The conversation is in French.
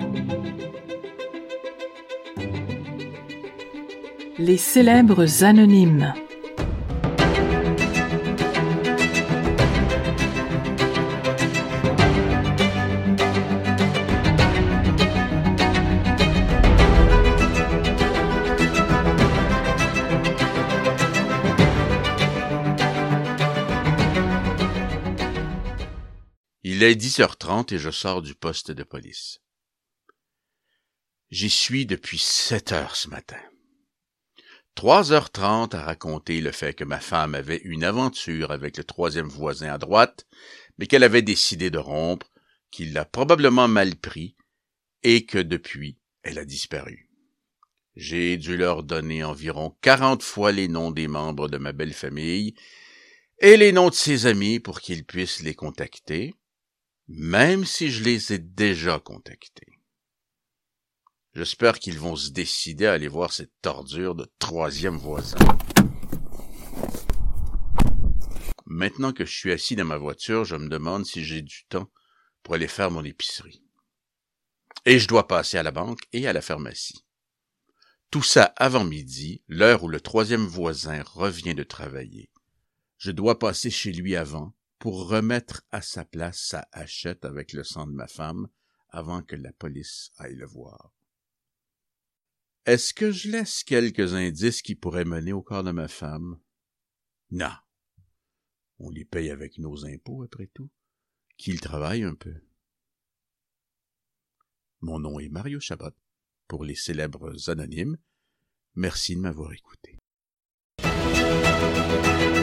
Les célèbres anonymes. Il est 10h30 et je sors du poste de police. J'y suis depuis 7 heures ce matin. 3h30 à raconter le fait que ma femme avait une aventure avec le troisième voisin à droite, mais qu'elle avait décidé de rompre, qu'il l'a probablement mal pris et que depuis, elle a disparu. J'ai dû leur donner environ 40 fois les noms des membres de ma belle famille et les noms de ses amis pour qu'ils puissent les contacter, même si je les ai déjà contactés. J'espère qu'ils vont se décider à aller voir cette tordure de troisième voisin. Maintenant que je suis assis dans ma voiture, je me demande si j'ai du temps pour aller faire mon épicerie. Et je dois passer à la banque et à la pharmacie. Tout ça avant midi, l'heure où le troisième voisin revient de travailler. Je dois passer chez lui avant pour remettre à sa place sa hachette avec le sang de ma femme avant que la police aille le voir. Est-ce que je laisse quelques indices qui pourraient mener au corps de ma femme? Non. On les paye avec nos impôts, après tout. Qu'ils travaillent un peu. Mon nom est Mario Chabot, pour les célèbres anonymes. Merci de m'avoir écouté.